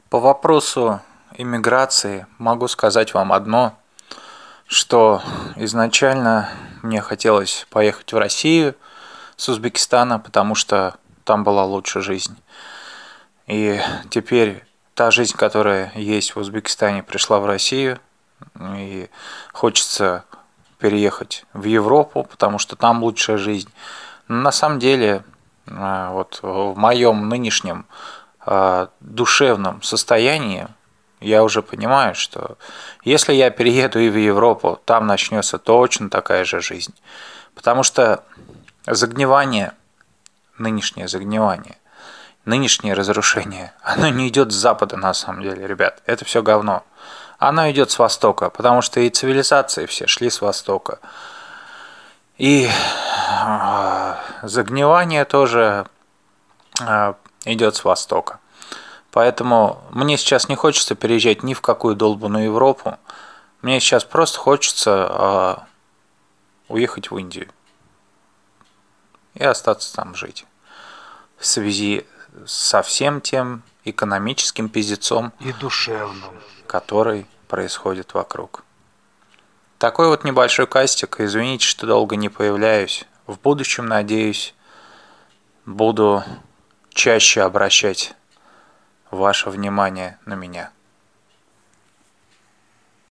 По вопросу иммиграции могу сказать вам одно, что изначально мне хотелось поехать в Россию с Узбекистана, потому что там была лучше жизнь. И теперь та жизнь, которая есть в Узбекистане, пришла в Россию, и хочется переехать в Европу, потому что там лучшая жизнь. Но на самом деле, вот в моем нынешнем душевном состоянии я уже понимаю, что если я перееду и в Европу, там начнется точно такая же жизнь. Потому что загнивание, нынешнее загнивание, нынешнее разрушение, оно не идет с запада на самом деле, ребят. Это все говно. Оно идет с востока, потому что и цивилизации все шли с востока. И загнивание тоже идет с востока. Поэтому мне сейчас не хочется переезжать ни в какую долбанную Европу. Мне сейчас просто хочется уехать в Индию и остаться там жить. В связи со всем тем экономическим пиздецом, И душевным. который происходит вокруг. Такой вот небольшой кастик. Извините, что долго не появляюсь. В будущем, надеюсь, буду чаще обращать ваше внимание на меня.